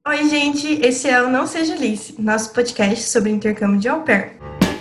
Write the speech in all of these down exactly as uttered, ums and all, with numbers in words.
Oi, gente, esse é o Não Seja Alice, nosso podcast sobre intercâmbio de au pair.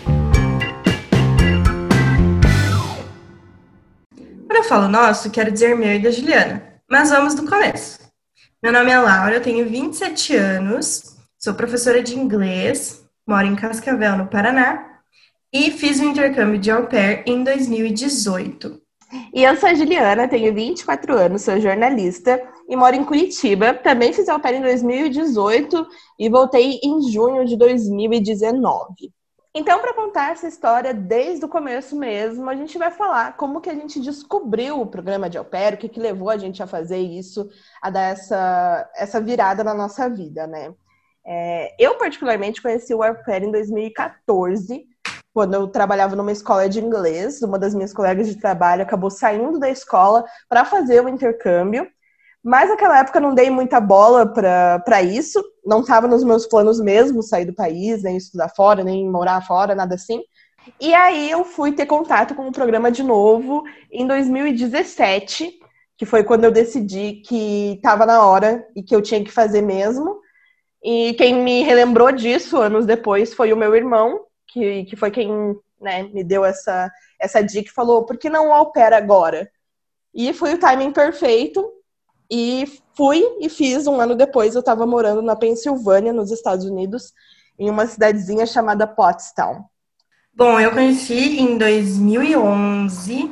Quando eu falo nosso, quero dizer meu e da Juliana, mas vamos do começo. Meu nome é Laura, eu tenho vinte e sete anos, sou professora de inglês, moro em Cascavel, no Paraná, e fiz o intercâmbio de au pair em dois mil e dezoito. E eu sou a Juliana, tenho vinte e quatro anos, sou jornalista e moro em Curitiba. Também fiz au pair em dois mil e dezoito e voltei em junho de dois mil e dezenove. Então, para contar essa história desde o começo mesmo, a gente vai falar como que a gente descobriu o programa de au pair, o que, que levou a gente a fazer isso, a dar essa, essa virada na nossa vida, né? É, eu, particularmente, conheci o au pair em dois mil e quatorze, quando eu trabalhava numa escola de inglês. Uma das minhas colegas de trabalho acabou saindo da escola para fazer o intercâmbio, mas naquela época não dei muita bola para isso, não estava nos meus planos mesmo sair do país, nem estudar fora, nem morar fora, nada assim. E aí eu fui ter contato com o programa de novo em dois mil e dezessete, que foi quando eu decidi que estava na hora e que eu tinha que fazer mesmo. E quem me relembrou disso anos depois foi o meu irmão, que, que foi quem, né, me deu essa, essa dica e falou: por que não au pair agora? E foi o timing perfeito. E fui e fiz. Um ano depois eu estava morando na Pensilvânia, nos Estados Unidos, em uma cidadezinha chamada Pottstown. Bom, eu conheci em dois mil e onze,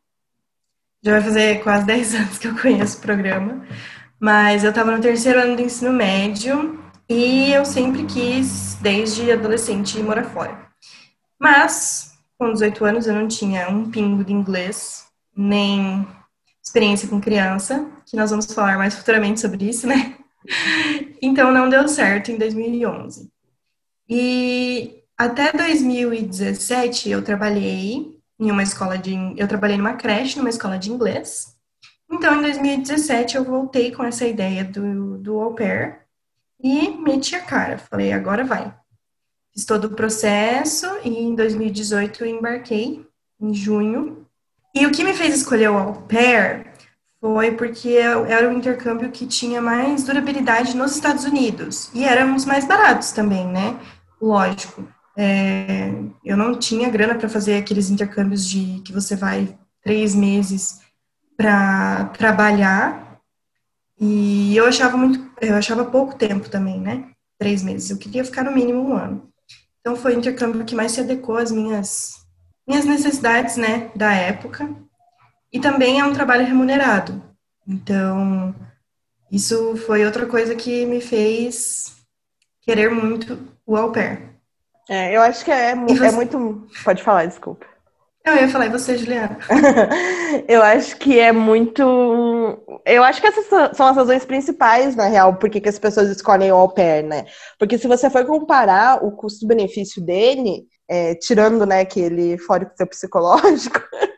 já vai fazer quase dez anos que eu conheço o programa. Mas eu estava no terceiro ano do ensino médio e eu sempre quis, desde adolescente, ir morar fora. Mas, com dezoito anos, eu não tinha um pingo de inglês, nem experiência com criança, que nós vamos falar mais futuramente sobre isso, né? Então, não deu certo em dois mil e onze. E até dois mil e dezessete, eu trabalhei em uma escola de... Eu trabalhei numa creche, numa escola de inglês. Então, em dois mil e dezessete, eu voltei com essa ideia do, do au pair e meti a cara. Falei, agora vai. Fiz todo o processo e em dois mil e dezoito eu embarquei, em junho. E o que me fez escolher o au pair foi porque era o intercâmbio que tinha mais durabilidade nos Estados Unidos. E éramos mais baratos também, né? Lógico. É, eu não tinha grana para fazer aqueles intercâmbios de que você vai três meses para trabalhar. E eu achava muito, eu achava pouco tempo também, né? Três meses. Eu queria ficar no mínimo um ano. Então foi o intercâmbio que mais se adequou às minhas, minhas necessidades, né, da época. E também é um trabalho remunerado. Então, isso foi outra coisa que me fez querer muito o au pair. É, eu acho que é, E é você? muito. Pode falar, desculpa. Eu ia falar, e você, Juliana? Eu acho que é muito. Eu acho que essas são as razões principais, na real, por que as pessoas escolhem o au pair, né? Porque se você for comparar o custo-benefício dele, é, tirando, né, que ele fora o seu psicológico,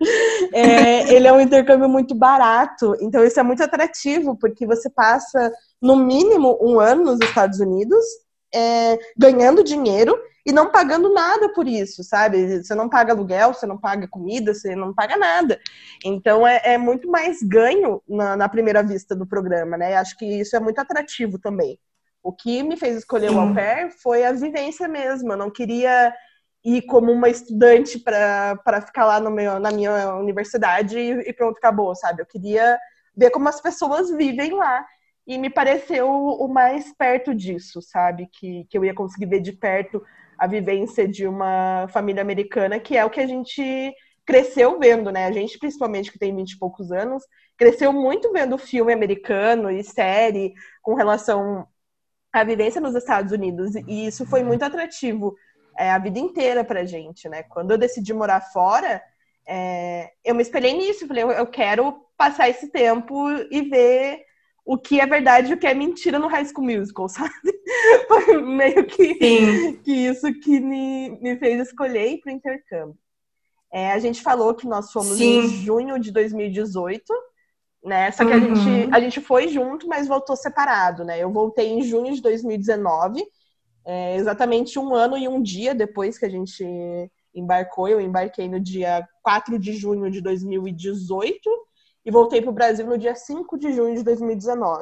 é, ele é um intercâmbio muito barato. Então isso é muito atrativo, porque você passa no mínimo um ano nos Estados Unidos, é, ganhando dinheiro e não pagando nada por isso, sabe? Você não paga aluguel, você não paga comida, você não paga nada. Então é, é muito mais ganho na, na primeira vista do programa, né? Acho que isso é muito atrativo também. O que me fez escolher o au Sim. pair foi a vivência mesmo. Eu não queria ir como uma estudante para ficar lá no meu, na minha universidade e, e pronto, acabou, sabe? Eu queria ver como as pessoas vivem lá. E me pareceu o mais perto disso, sabe? Que, que eu ia conseguir ver de perto a vivência de uma família americana, que é o que a gente cresceu vendo, né? A gente, principalmente, que tem vinte e poucos anos, cresceu muito vendo filme americano e série com relação à vivência nos Estados Unidos. E isso foi muito atrativo é, a vida inteira pra gente, né? Quando eu decidi morar fora, é, eu me espelhei nisso. Falei, eu, eu quero passar esse tempo e ver o que é verdade e o que é mentira no High School Musical, sabe? Foi meio que, Sim. que isso que me, me fez escolher ir para o intercâmbio. É, a gente falou que nós fomos em Sim. junho de dois mil e dezoito, né? Só que a gente, a Uhum. gente foi junto, mas voltou separado, né? Eu voltei em junho de dois mil e dezenove, é, exatamente um ano e um dia depois que a gente embarcou. Eu embarquei no dia quatro de junho de dois mil e dezoito e voltei para o Brasil no dia cinco de junho de dois mil e dezenove.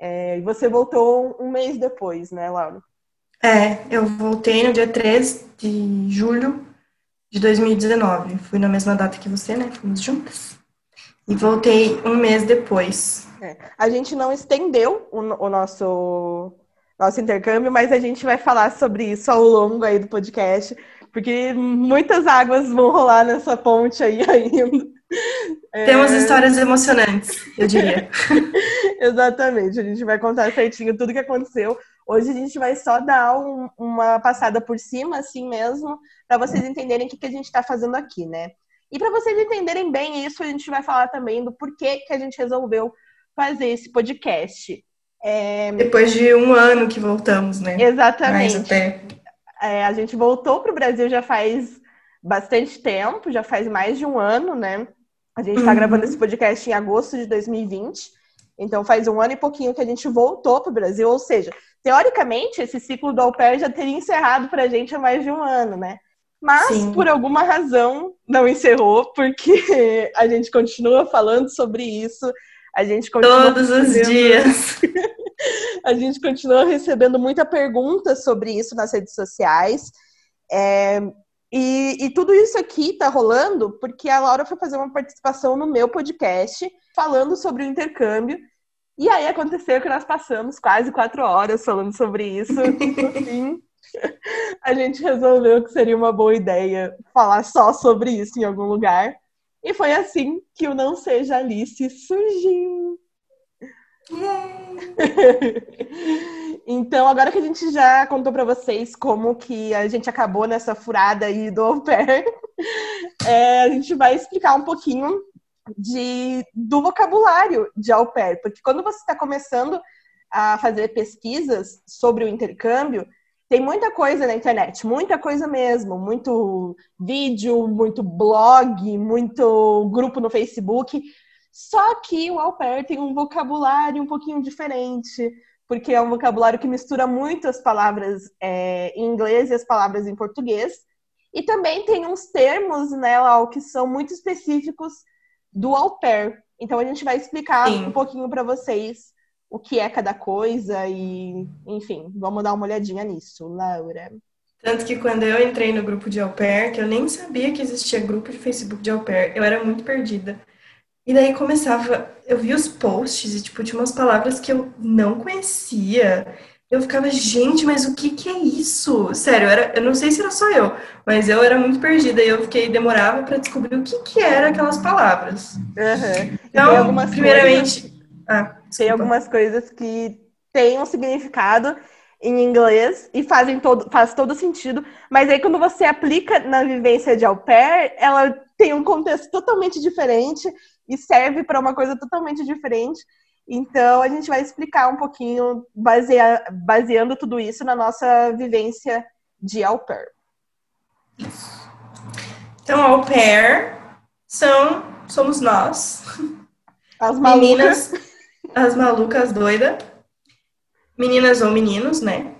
É, e você voltou um mês depois, né, Laura? É, eu voltei no dia três de julho de dois mil e dezenove. Fui na mesma data que você, né? Fomos juntas. E voltei um mês depois. É. A gente não estendeu o, o nosso, nosso intercâmbio, mas a gente vai falar sobre isso ao longo aí do podcast, porque muitas águas vão rolar nessa ponte aí ainda. Temos É... histórias emocionantes, eu diria. Exatamente, a gente vai contar certinho tudo que aconteceu. Hoje a gente vai só dar um, uma passada por cima, assim mesmo, para vocês entenderem o que, que a gente está fazendo aqui, né? E para vocês entenderem bem isso, a gente vai falar também do porquê que a gente resolveu fazer esse podcast. É... Depois de um ano que voltamos, né? Mais Exatamente. até. É, a gente voltou para o Brasil já faz bastante tempo, já faz mais de um ano, né? A gente está Uhum. gravando esse podcast em agosto de dois mil e vinte, então faz um ano e pouquinho que a gente voltou para o Brasil, ou seja, teoricamente esse ciclo do au pair já teria encerrado para a gente há mais de um ano, né? Mas, Sim. por alguma razão, não encerrou, porque a gente continua falando sobre isso, a gente continua Todos recebendo... os dias. A gente continua recebendo muita pergunta sobre isso nas redes sociais. É... E, e tudo isso aqui tá rolando porque a Laura foi fazer uma participação no meu podcast falando sobre o intercâmbio. E aí aconteceu que nós passamos quase quatro horas falando sobre isso. E no fim, a gente resolveu que seria uma boa ideia falar só sobre isso em algum lugar. E foi assim que o Não Seja Alice surgiu. Então, agora que a gente já contou para vocês como que a gente acabou nessa furada aí do au pair, é, a gente vai explicar um pouquinho de, do vocabulário de au pair, porque quando você está começando a fazer pesquisas sobre o intercâmbio, tem muita coisa na internet, muita coisa mesmo, muito vídeo, muito blog, muito grupo no Facebook. Só que o au pair tem um vocabulário um pouquinho diferente, porque é um vocabulário que mistura muito as palavras é, em inglês e as palavras em português. E também tem uns termos, né, Lau, que são muito específicos do au pair. Então a gente vai explicar Sim. um pouquinho para vocês o que é cada coisa e, enfim, vamos dar uma olhadinha nisso, Laura. Tanto que quando eu entrei no grupo de au pair, que eu nem sabia que existia grupo de Facebook de au pair, eu era muito perdida. E daí começava, eu vi os posts e, tipo, tinha umas palavras que eu não conhecia. Eu ficava, gente, mas o que que é isso? Sério, eu, era, eu não sei se era só eu, mas eu era muito perdida e eu fiquei, demorava para descobrir o que que eram aquelas palavras. Uhum. Então, primeiramente... Coisas, ah, tem algumas coisas que têm um significado em inglês e fazem todo, faz todo sentido, mas aí quando você aplica na vivência de au pair, ela tem um contexto totalmente diferente e serve para uma coisa totalmente diferente. Então, a gente vai explicar um pouquinho, basea, baseando tudo isso na nossa vivência de au pair. Isso. Então, au pair são, somos nós, as meninas, malucas. as malucas doidas, meninas ou meninos, né,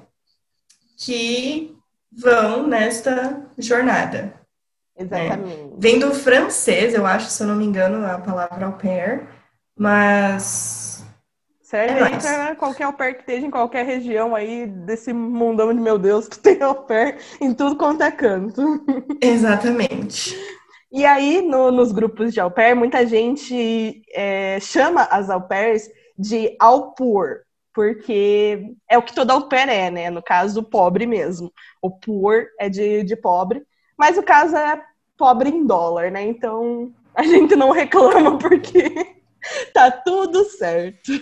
que vão nesta jornada. Exatamente. Né? Vem do francês, eu acho, se eu não me engano, a palavra au pair, mas... Serve é aí para qualquer au pair que esteja em qualquer região aí desse mundão de meu Deus que tem au pair em tudo quanto é canto. Exatamente. E aí, no, nos grupos de au pair, muita gente é, chama as au pairs de au poor, porque é o que toda au pair é, né? No caso, pobre mesmo. O poor é de, de pobre. Mas o caso é pobre em dólar, né? Então a gente não reclama porque tá tudo certo.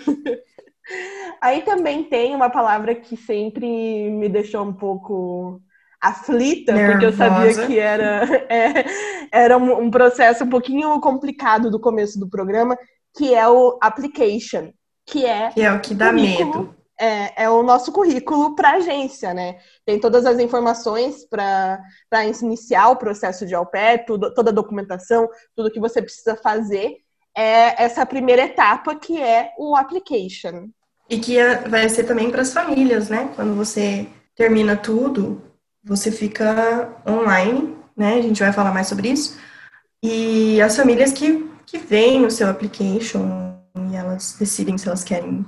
Aí também tem uma palavra que sempre me deixou um pouco aflita, Nervosa. Porque eu sabia que era, é, era um, um processo um pouquinho complicado do começo do programa, que é o application, que é, que é o que dá medo. É, é o nosso currículo para a agência, né? Tem todas as informações para iniciar o processo de au pair, tudo, toda a documentação, tudo que você precisa fazer. É essa primeira etapa que é o application. E que vai ser também para as famílias, né? Quando você termina tudo, você fica online, né? A gente vai falar mais sobre isso. E as famílias que, que veem o seu application e elas decidem se elas querem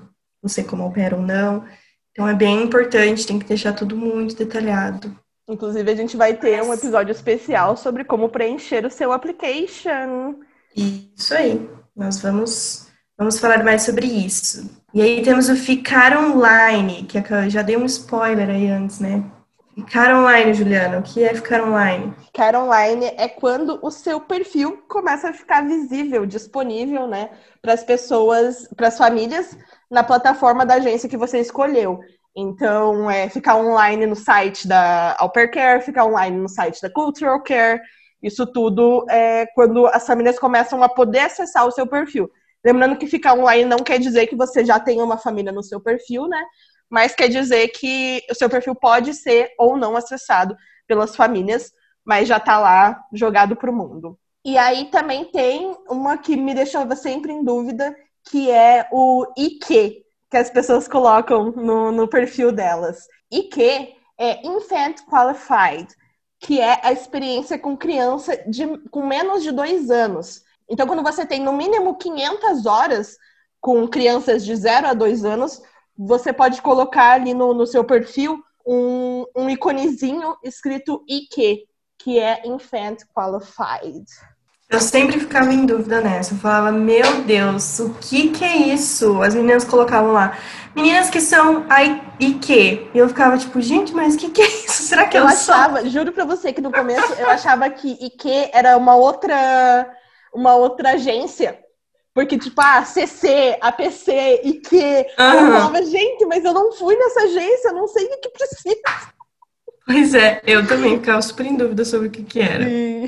você como au pair ou não. Então é bem importante, tem que deixar tudo muito detalhado. Inclusive, a gente vai ter um episódio especial sobre como preencher o seu application. Isso aí. Nós vamos, vamos falar mais sobre isso. E aí temos o ficar online, que eu já dei um spoiler aí antes, né? Ficar online, Juliana, o que é ficar online? Ficar online é quando o seu perfil começa a ficar visível, disponível, né, para as pessoas, para as famílias, na plataforma da agência que você escolheu. Então, é ficar online no site da Au Pair Care, ficar online no site da Cultural Care. Isso tudo é quando as famílias começam a poder acessar o seu perfil. Lembrando que ficar online não quer dizer que você já tem uma família no seu perfil, né? Mas quer dizer que o seu perfil pode ser ou não acessado pelas famílias, mas já está lá jogado para o mundo. E aí também tem uma que me deixava sempre em dúvida, que é o I Q, que as pessoas colocam no, no perfil delas. I Q é Infant Qualified, que é a experiência com criança de, com menos de dois anos. Então, quando você tem no mínimo quinhentas horas com crianças de zero a dois anos, você pode colocar ali no, no seu perfil um, um iconezinho escrito I Q, que é Infant Qualified. Eu sempre ficava em dúvida nessa. Eu falava, meu Deus, o que que é isso? As meninas colocavam lá, meninas que são I Q. E eu ficava tipo, gente, mas o que que é isso? Será que eu, eu eu achava, sou? juro pra você que no começo eu achava que I Q era uma outra, uma outra agência. Porque, tipo, ah, C C, A P C, I Q. Aí eu Uhum. falava, gente, mas eu não fui nessa agência, eu não sei o que precisa. Pois é, eu também ficava super em dúvida sobre o que que era. Sim.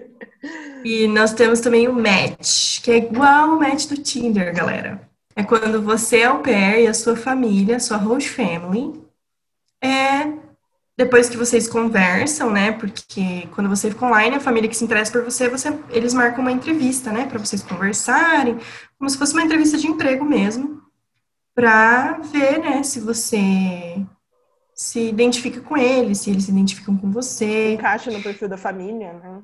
E nós temos também o match, que é igual o match do Tinder, galera. É quando você é au pair e a sua família, sua host family, é depois que vocês conversam, né? Porque quando você fica online, a família que se interessa por você, você eles marcam uma entrevista, né? Para vocês conversarem, como se fosse uma entrevista de emprego mesmo, para ver, né? Se você se identifica com eles, se eles se identificam com você. Encaixa no perfil da família, né?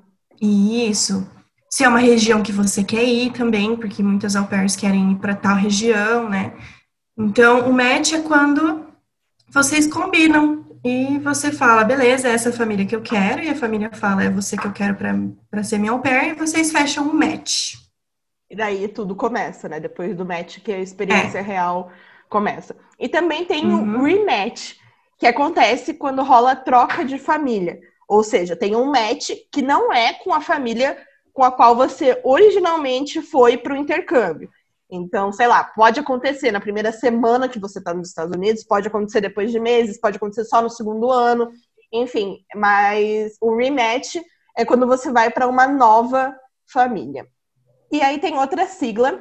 E isso. Se é uma região que você quer ir também, porque muitas au pairs querem ir para tal região, né? Então, o match é quando vocês combinam e você fala, beleza, é essa família que eu quero, e a família fala, é você que eu quero para ser minha au pair, e vocês fecham um match. E daí tudo começa, né? Depois do match que a experiência É. real começa. E também tem o Uhum. rematch, que acontece quando rola troca de família. Ou seja, tem um match que não é com a família com a qual você originalmente foi para o intercâmbio. Então, sei lá, pode acontecer na primeira semana que você está nos Estados Unidos, pode acontecer depois de meses, pode acontecer só no segundo ano, enfim. Mas o rematch é quando você vai para uma nova família. E aí tem outra sigla,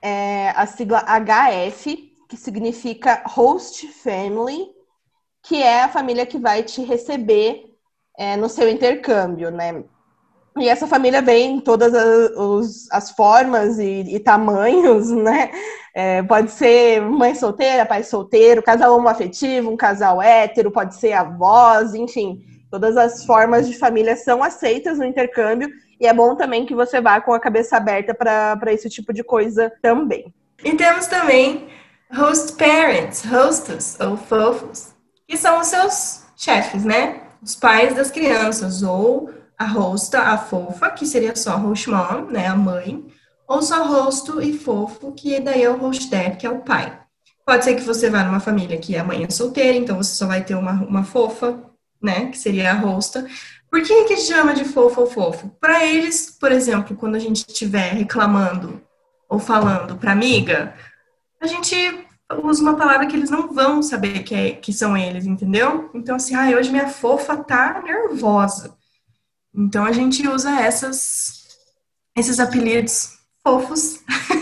é a sigla H F, que significa Host Family, que é a família que vai te receber é, no seu intercâmbio, né? E essa família vem em todas as, os, as formas e, e tamanhos, né? É, pode ser mãe solteira, pai solteiro, casal homoafetivo, um casal hétero, pode ser avós, enfim. Todas as formas de família são aceitas no intercâmbio e é bom também que você vá com a cabeça aberta para esse tipo de coisa também. E temos também host parents, hostas ou fofos, que são os seus chefes, né? Os pais das crianças, ou a hosta, a fofa, que seria só host mom, né, a mãe, ou só hosto e fofo, que daí é o host dad, que é o pai. Pode ser que você vá numa família que a mãe é solteira, então você só vai ter uma, uma fofa, né, que seria a hosta. Por que que chama de fofo ou fofo? Para eles, por exemplo, quando a gente estiver reclamando ou falando para amiga, a gente usa uma palavra que eles não vão saber que, é, que são eles, entendeu? Então, assim, ah, hoje minha fofa tá nervosa. Então, a gente usa essas, esses apelidos fofos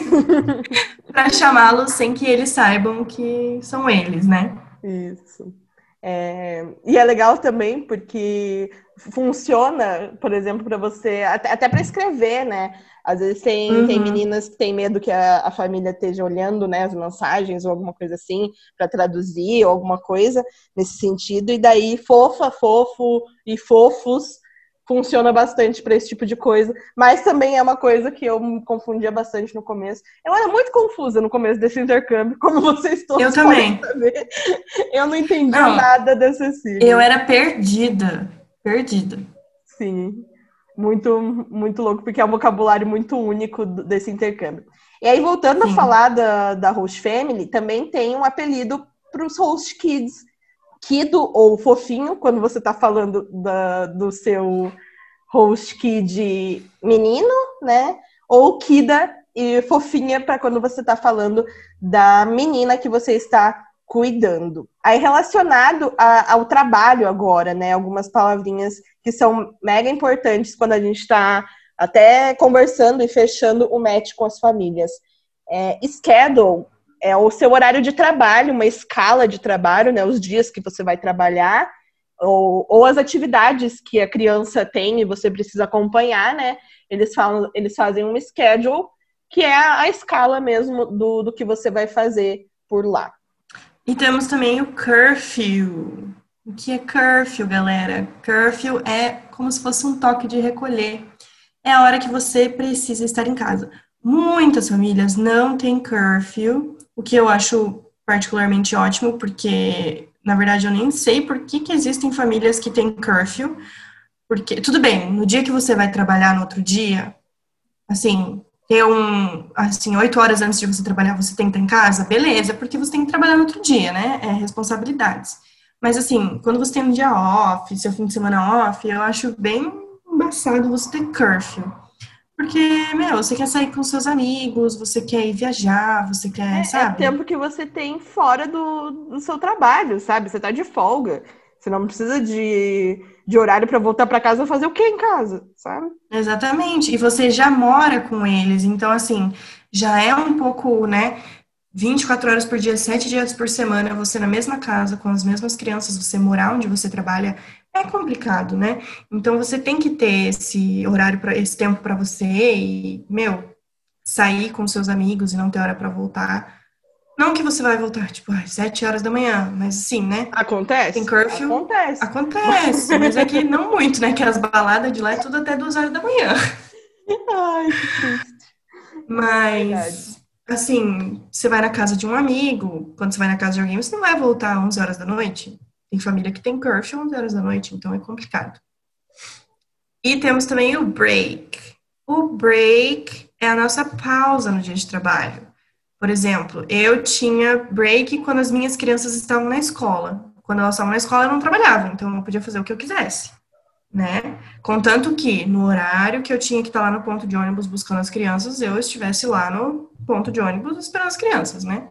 para chamá-los sem que eles saibam que são eles, né? Isso. É, e é legal também porque funciona, por exemplo, para você, até, até para escrever, né? Às vezes tem, tem Uhum. meninas que têm medo que a, a família esteja olhando, né, as mensagens ou alguma coisa assim, para traduzir ou alguma coisa nesse sentido, e daí fofa, fofo e fofos funciona bastante para esse tipo de coisa, mas também é uma coisa que eu me confundia bastante no começo. Eu era muito confusa no começo desse intercâmbio, como vocês Eu todos podem também. saber. Eu não entendia Não, nada da eu Cecília. era perdida. Perdida. Sim, muito, muito louco, porque é um vocabulário muito único desse intercâmbio. E aí, voltando a Sim. falar da, da Host Family, também tem um apelido para os Host Kids. Kido ou fofinho, quando você está falando da, do seu host kid menino, né? Ou Kida e fofinha para quando você está falando da menina que você está cuidando. Aí relacionado a, ao trabalho agora, né? Algumas palavrinhas que são mega importantes quando a gente está até conversando e fechando o match com as famílias. É, schedule é o seu horário de trabalho, uma escala de trabalho, né? Os dias que você vai trabalhar, ou, ou as atividades que a criança tem e você precisa acompanhar, né? Eles, falam, eles fazem um schedule, que é a, a escala mesmo do, do que você vai fazer por lá. E temos também o curfew. O que é curfew, galera? Curfew é como se fosse um toque de recolher. É a hora que você precisa estar em casa. Muitas famílias não têm curfew, o que eu acho particularmente ótimo, porque, na verdade, eu nem sei por que, que existem famílias que têm curfew. Porque, tudo bem, no dia que você vai trabalhar no outro dia, assim, ter um, assim, oito horas antes de você trabalhar, você tem que estar em casa, beleza, porque você tem que trabalhar no outro dia, né? É responsabilidades. Mas, assim, quando você tem um dia off, seu fim de semana off, eu acho bem embaçado você ter curfew. Porque, meu, você quer sair com seus amigos, você quer ir viajar, você quer, É, é sabe? tempo que você tem fora do, do seu trabalho, sabe? Você tá de folga. Você não precisa de, de horário para voltar para casa fazer o quê em casa, sabe? Exatamente. E você já mora com eles, então, assim, já é um pouco, né? vinte e quatro horas por dia, sete dias por semana, você na mesma casa, com as mesmas crianças, você morar onde você trabalha, é complicado, né? Então, você tem que ter esse horário, para esse tempo para você e, meu, sair com seus amigos e não ter hora para voltar. Não que você vai voltar, tipo, às sete horas da manhã, mas assim, né? Tem Acontece? curfew? Acontece. Acontece, mas é que não muito, né? Que as baladas de lá é tudo até duas horas da manhã. Ai, que triste. Verdade. Mas, assim, você vai na casa de um amigo, quando você vai na casa de alguém, você não vai voltar às onze horas da noite. Tem família que tem curfew às onze horas da noite, então é complicado. E temos também o break. O break é a nossa pausa no dia de trabalho. Por exemplo, eu tinha break quando as minhas crianças estavam na escola. Quando elas estavam na escola, eu não trabalhava, então eu podia fazer o que eu quisesse, né? Contanto que no horário que eu tinha que estar lá no ponto de ônibus buscando as crianças, eu estivesse lá no ponto de ônibus esperando as crianças, né?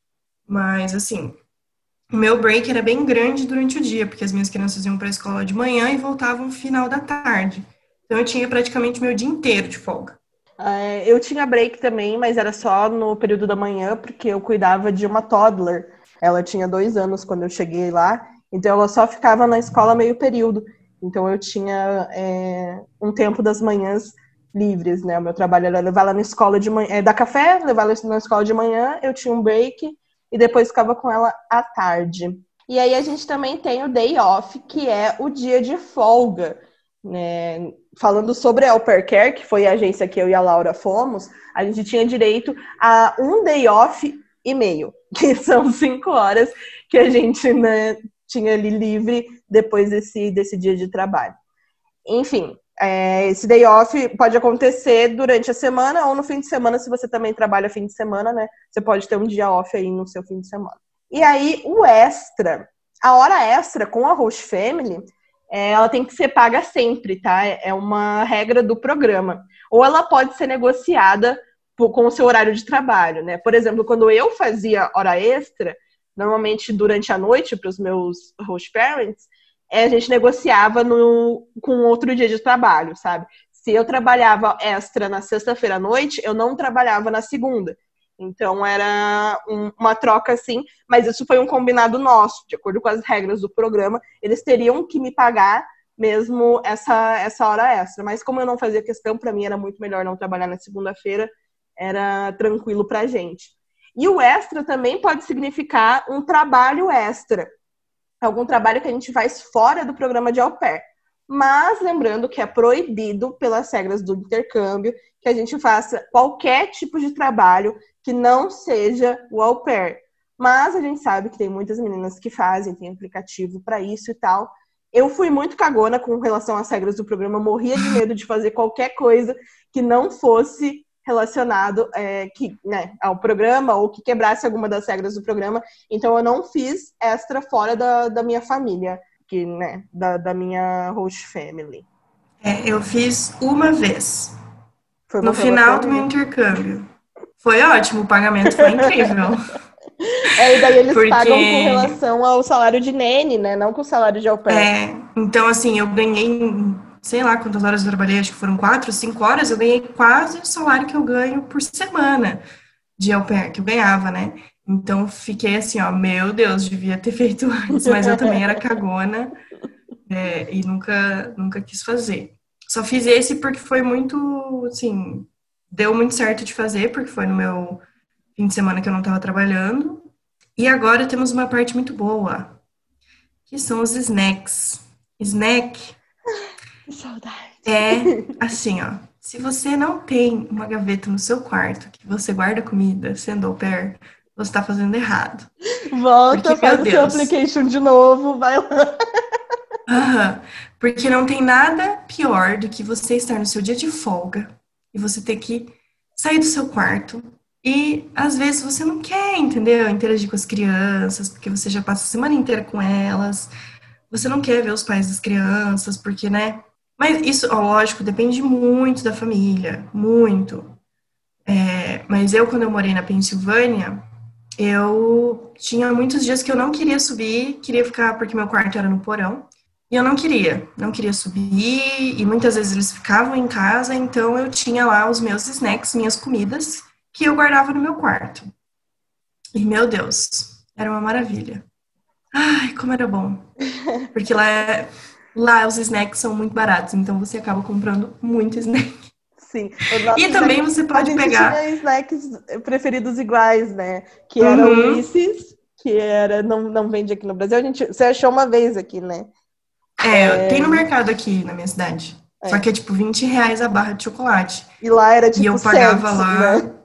Mas assim, o meu break era bem grande durante o dia, porque as minhas crianças iam para a escola de manhã e voltavam no final da tarde. Então eu tinha praticamente meu dia inteiro de folga. É, eu tinha break também, mas era só no período da manhã, porque eu cuidava de uma toddler. Ela tinha dois anos quando eu cheguei lá, então ela só ficava na escola meio período. Então eu tinha é, um tempo das manhãs livres, né? O meu trabalho era levar ela na escola de manhã, é, dar café, levar ela na escola de manhã, eu tinha um break e depois ficava com ela à tarde. E aí a gente também tem o day off, que é o dia de folga, né? Falando sobre a Au Pair Care, que foi a agência que eu e a Laura fomos, a gente tinha direito a um day off e meio, que são cinco horas que a gente, né, tinha ali livre depois desse, desse dia de trabalho. Enfim, é, esse day off pode acontecer durante a semana ou no fim de semana, se você também trabalha fim de semana, né? Você pode ter um dia off aí no seu fim de semana. E aí, o extra, a hora extra com a Host Family, é, ela tem que ser paga sempre, tá? É uma regra do programa. Ou ela pode ser negociada com o seu horário de trabalho, né? Por exemplo, quando eu fazia hora extra, normalmente durante a noite para os meus host parents, é, a gente negociava no, com outro dia de trabalho, sabe? Se eu trabalhava extra na sexta-feira à noite, eu não trabalhava na segunda. Então era um, uma troca assim, mas isso foi um combinado nosso, de acordo com as regras do programa, eles teriam que me pagar mesmo essa, essa hora extra. Mas como eu não fazia questão, para mim era muito melhor não trabalhar na segunda-feira, era tranquilo pra gente. E o extra também pode significar um trabalho extra, algum trabalho que a gente faz fora do programa de au pair. mas lembrando que é proibido pelas regras do intercâmbio que a gente faça qualquer tipo de trabalho que não seja o au pair. Mas a gente sabe que tem muitas meninas que fazem, tem aplicativo para isso e tal. Eu fui muito cagona com relação às regras do programa, morria de medo de fazer qualquer coisa que não fosse relacionado é, que, né, ao programa ou que quebrasse alguma das regras do programa. Então eu não fiz extra fora da, da minha família, que, né, da, da minha host family. É, eu fiz uma vez. Foi uma No final do família? meu intercâmbio. Foi ótimo, o pagamento foi incrível. É, e daí eles Porque, pagam com relação ao salário de nene, né? Não com o salário de au pair. é, então, assim, eu ganhei, sei lá quantas horas eu trabalhei, acho que foram quatro, cinco horas, eu ganhei quase o salário que eu ganho por semana de au pair, que eu ganhava, né? Então, fiquei assim, ó, meu Deus, devia ter feito antes, mas eu também era cagona, é, e nunca, nunca quis fazer. Só fiz esse porque foi muito, assim, deu muito certo de fazer, porque foi no meu fim de semana que eu não estava trabalhando. E agora temos uma parte muito boa, que são os snacks. Snack Que saudade. é assim, ó. Se você não tem uma gaveta no seu quarto que você guarda comida, sendo au pair, você está fazendo errado. Volta, Porque, meu faz o seu Deus. application de novo, vai lá. Aham. Porque não tem nada pior do que você estar no seu dia de folga e você ter que sair do seu quarto. E às vezes você não quer, entendeu? Interagir com as crianças, porque você já passa a semana inteira com elas. Você não quer ver os pais das crianças, porque, né? Mas isso, ó, lógico, depende muito da família, muito. É, mas eu, quando eu morei na Pensilvânia, eu tinha muitos dias que eu não queria subir, queria ficar, porque meu quarto era no porão. E eu não queria, não queria subir, e muitas vezes eles ficavam em casa, então eu tinha lá os meus snacks, minhas comidas, que eu guardava no meu quarto. E, meu Deus, era uma maravilha. Ai, como era bom. Porque lá, é- lá os snacks são muito baratos, então você acaba comprando muito snack. Sim, os nossos E também snacks, você a pode gente tinha pegar. snacks preferidos iguais, né? Que era o Uhum, Reese's, que era, não, não vende aqui no Brasil. A gente, você achou uma vez aqui, né? é, tem no mercado aqui na minha cidade. Só É. que é tipo vinte reais a barra de chocolate. E lá era E tipo eu pagava cents, lá. né?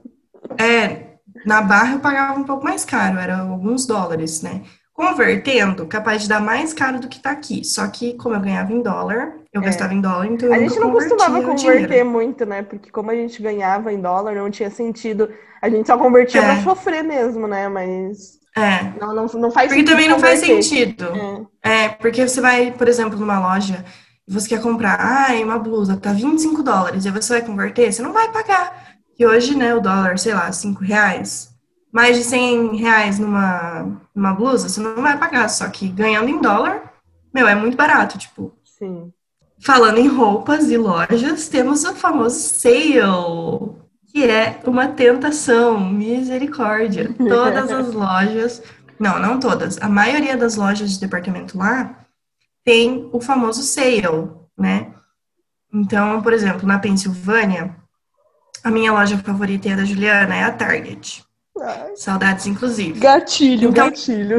É, na barra eu pagava um pouco mais caro, era alguns dólares, né? Convertendo, capaz de dar mais caro do que tá aqui. Só que, como eu ganhava em dólar, eu É. gastava em dólar, então eu A nunca gente não costumava convertia o converter dinheiro. muito, né? Porque como a gente ganhava em dólar, não tinha sentido. A gente só convertia pra É, sofrer mesmo, né? Mas é. não, não, não faz Porque sentido também não faz converter. sentido. É, É, porque você vai, por exemplo, numa loja e você quer comprar, ai, uma blusa, tá vinte e cinco dólares, e você vai converter, você não vai pagar. E hoje, né, o dólar, sei lá, cinco reais. Mais de cem reais numa, numa blusa, você não vai pagar. Só que ganhando em dólar, meu, é muito barato. Tipo, sim. falando em roupas e lojas, temos o famoso sale, que é uma tentação, misericórdia. Todas as lojas, não, não todas, a maioria das lojas de departamento lá tem o famoso sale, né? Então, por exemplo, na Pensilvânia, a minha loja favorita e a da Juliana é a Target. Ai, Saudades, inclusive. gatilho, Então, gatilho.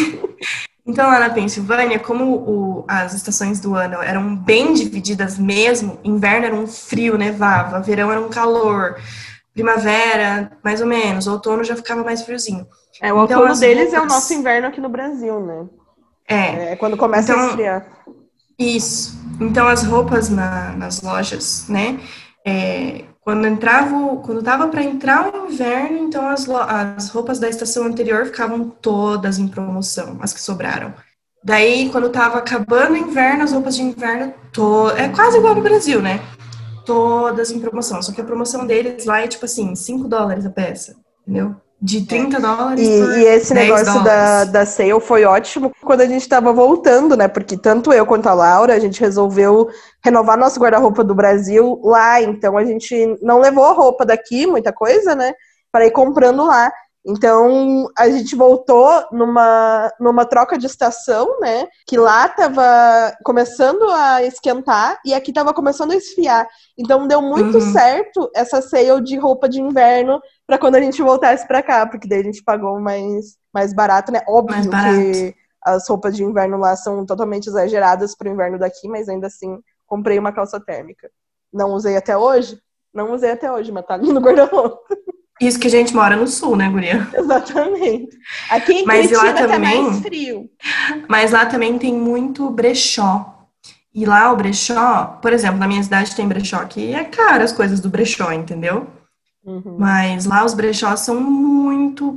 então lá na Pensilvânia, como o- as estações do ano eram bem divididas mesmo, inverno era um frio, nevava, verão era um calor, primavera, mais ou menos, outono já ficava mais friozinho. É, o Então outono as deles é o nosso roupas, inverno aqui no Brasil, né? é, É quando começa a então esfriar. isso. Então as roupas na- nas lojas, né? é, quando entrava, o- quando tava para entrar o inverno, então as, lo- as roupas da estação anterior ficavam todas em promoção, as que sobraram. Daí, quando tava acabando o inverno, as roupas de inverno, to... é quase igual no Brasil, né? Todas em promoção. Só que a promoção deles lá é tipo assim, cinco dólares a peça, entendeu? De É. trinta dólares por E, e esse dez negócio da, dólares. da sale foi ótimo quando a gente estava voltando, né? Porque tanto eu quanto a Laura, a gente resolveu renovar nosso guarda-roupa do Brasil lá. Então a gente não levou a roupa daqui, muita coisa, né? Para ir comprando lá. Então a gente voltou numa, numa troca de estação, né? Que lá tava começando a esquentar e aqui tava começando a esfriar. Então deu muito Uhum, certo essa sale de roupa de inverno para quando a gente voltasse para cá, porque daí a gente pagou mais, mais barato, né? mais Óbvio barato. que as roupas de inverno lá são totalmente exageradas pro inverno daqui, mas ainda assim comprei uma calça térmica. Não usei até hoje? Não usei até hoje, mas tá ali no guarda-roupa. Isso que a gente mora no sul, né, guria? Exatamente. Aqui em Mas lá Curitiba tá também, mais frio. mas lá também tem muito brechó. E lá o brechó, por exemplo, na minha cidade tem brechó que é caro as coisas do brechó, entendeu? Uhum. Mas lá os brechós são muito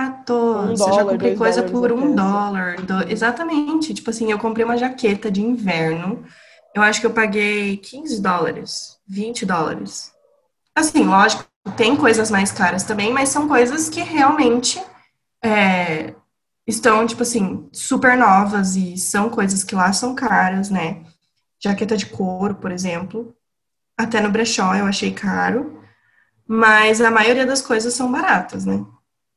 Um baratos. Eu já dólar, comprei dois coisa dólares a por um peça. dólar. do- Uhum. Exatamente. Tipo assim, eu comprei uma jaqueta de inverno. Eu acho que eu paguei quinze dólares, vinte dólares. Assim, lógico, tem coisas mais caras também, mas são coisas que realmente é, estão, tipo assim, super novas e são coisas que lá são caras, né? Jaqueta de couro, por exemplo. Até no brechó eu achei caro. Mas a maioria das coisas são baratas, né?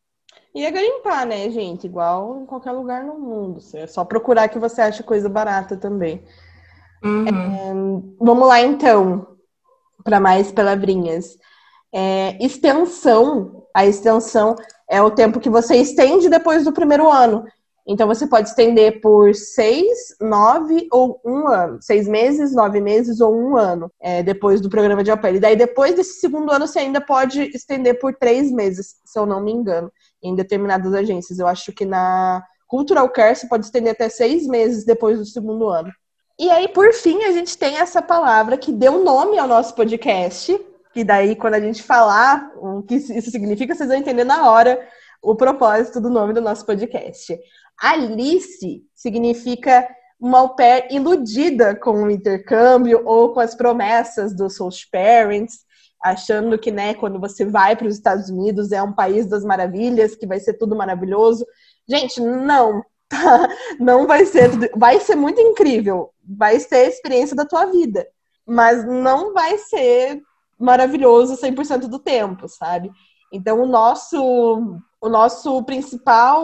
E é garimpar, né, gente? Igual em qualquer lugar no mundo. É só procurar que você acha coisa barata também. Uhum. Vamos lá, então, para mais palavrinhas. É, extensão. A extensão é o tempo que você estende depois do primeiro ano. Então, você pode estender por seis, nove ou um ano. Seis meses, nove meses ou um ano, é, depois do programa de au pair. E daí, depois desse segundo ano, você ainda pode estender por três meses, se eu não me engano, em determinadas agências. Eu acho que na Cultural Care você pode estender até seis meses depois do segundo ano. E aí, por fim, a gente tem essa palavra que deu nome ao nosso podcast, que daí, quando a gente falar o que isso significa, vocês vão entender na hora o propósito do nome do nosso podcast. Alice significa uma au pair iludida com o intercâmbio ou com as promessas dos host parents, achando que, né, quando você vai para os Estados Unidos é um país das maravilhas, que vai ser tudo maravilhoso. Gente, não, tá? Não vai ser tudo... Vai ser muito incrível, vai ser a experiência da tua vida, mas não vai ser maravilhoso cem por cento do tempo, sabe? Então, o nosso, o nosso principal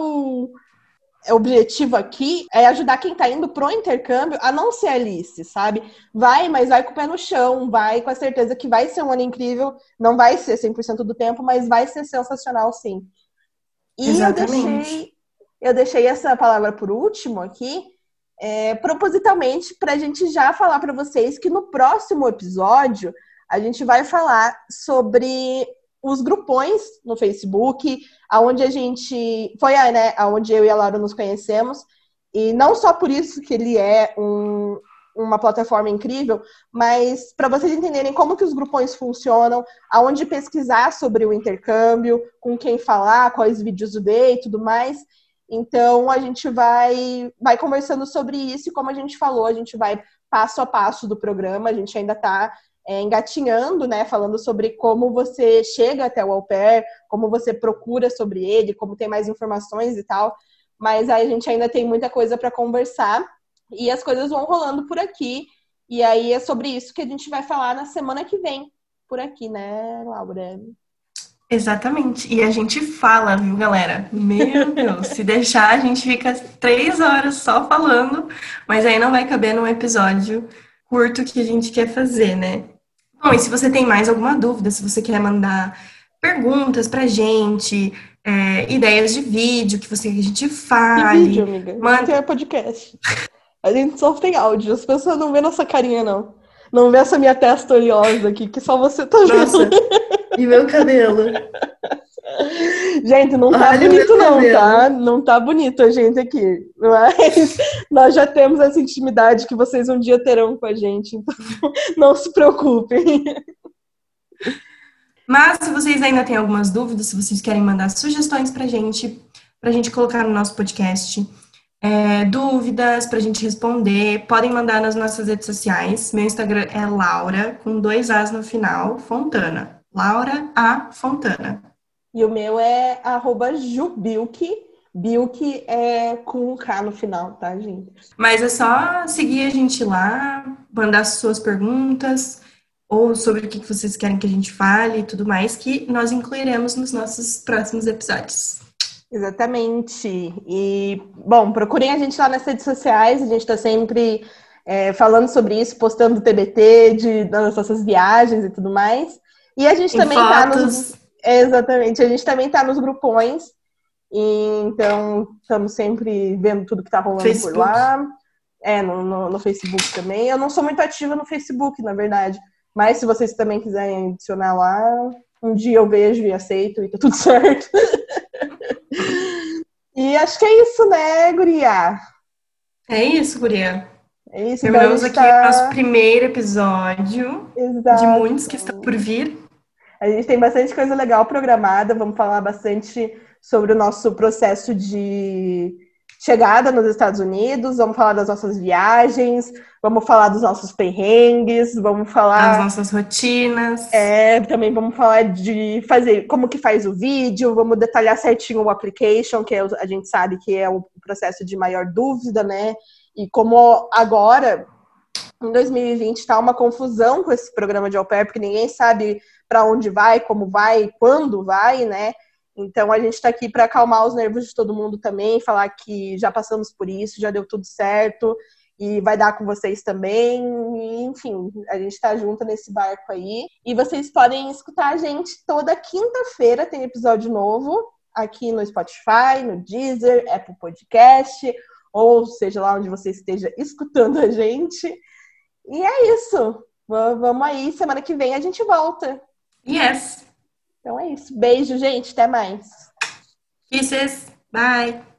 objetivo aqui é ajudar quem tá indo pro intercâmbio a não ser Alice, sabe? Vai, mas vai com o pé no chão, vai com a certeza que vai ser um ano incrível, não vai ser cem por cento do tempo, mas vai ser sensacional, sim. E eu Exatamente. deixei, eu deixei essa palavra por último aqui, é, propositalmente para a gente já falar para vocês que no próximo episódio a gente vai falar sobre os grupões no Facebook, aonde a gente foi, né, aonde eu e a Laura nos conhecemos, e não só por isso que ele é um, uma plataforma incrível, mas para vocês entenderem como que os grupões funcionam, aonde pesquisar sobre o intercâmbio, com quem falar, quais vídeos ver e tudo mais. Então, a gente vai, vai conversando sobre isso e, como a gente falou, a gente vai passo a passo do programa, a gente ainda está é, engatinhando, né, falando sobre como você chega até o au pair, como você procura sobre ele, como tem mais informações e tal, mas aí a gente ainda tem muita coisa para conversar e as coisas vão rolando por aqui, e aí é sobre isso que a gente vai falar na semana que vem, por aqui, né, Laura? Exatamente. E a gente fala, viu, galera? Meu Deus, se deixar, a gente fica três horas só falando, mas aí não vai caber num episódio curto que a gente quer fazer, né? Bom, e se você tem mais alguma dúvida, se você quer mandar perguntas pra gente, é, ideias de vídeo que você que a gente Que vídeo, fale, amiga? Nem manda. tem podcast. A gente só tem áudio, as pessoas não vê nossa carinha, não. Não vê essa minha testa oleosa aqui, que só você tá vendo. Nossa, e meu cabelo? Gente, não tá Olha o meu bonito não, tá? cabelo. Não tá bonito a gente aqui. Mas nós já temos essa intimidade que vocês um dia terão com a gente. Então não se preocupem. Mas se vocês ainda têm algumas dúvidas, se vocês querem mandar sugestões pra gente, pra gente colocar no nosso podcast, é, dúvidas pra gente responder, podem mandar nas nossas redes sociais. Meu Instagram é Laura, com dois As no final, Fontana. Laura A. Fontana. E o meu é arroba jubilk. Bilk é com um K no final, tá, gente? Mas é só seguir a gente lá, mandar suas perguntas, ou sobre o que vocês querem que a gente fale e tudo mais, que nós incluiremos nos nossos próximos episódios. Exatamente. E, bom, procurem a gente lá nas redes sociais, a gente está sempre é, falando sobre isso, postando T B T de, das nossas viagens e tudo mais. E a gente Em também tá nos. fotos. Exatamente, a gente também tá nos grupões. E, então, estamos sempre vendo tudo que tá rolando Facebook. por lá. É, no, no, no Facebook também. Eu não sou muito ativa no Facebook, na verdade. Mas se vocês também quiserem adicionar lá, um dia eu vejo e aceito e tá tudo certo. E acho que é isso, né, guria? É isso, guria. É isso, então a Terminamos gente aqui o nosso tá... primeiro episódio de muitos que estão Exato. por vir. A gente tem bastante coisa legal programada. Vamos falar bastante sobre o nosso processo de chegada nos Estados Unidos. Vamos falar das nossas viagens. Vamos falar dos nossos perrengues. Vamos As falar... nossas rotinas. É, também vamos falar de fazer como que faz o vídeo. Vamos detalhar certinho o application, que é, a gente sabe que é o processo de maior dúvida, né? E como agora, em dois mil e vinte, está uma confusão com esse programa de au pair, porque ninguém sabe para onde vai, como vai, quando vai, né? Então a gente está aqui para acalmar os nervos de todo mundo também, falar que já passamos por isso, já deu tudo certo e vai dar com vocês também. E, enfim, a gente está junto nesse barco aí. E vocês podem escutar a gente toda quinta-feira, tem episódio novo aqui no Spotify, no Deezer, Apple Podcast, ou seja lá onde você esteja escutando a gente. E é isso. Vamos aí, semana que vem a gente volta. Yes. Então é isso. Beijo, gente. Até mais. Kisses. Bye.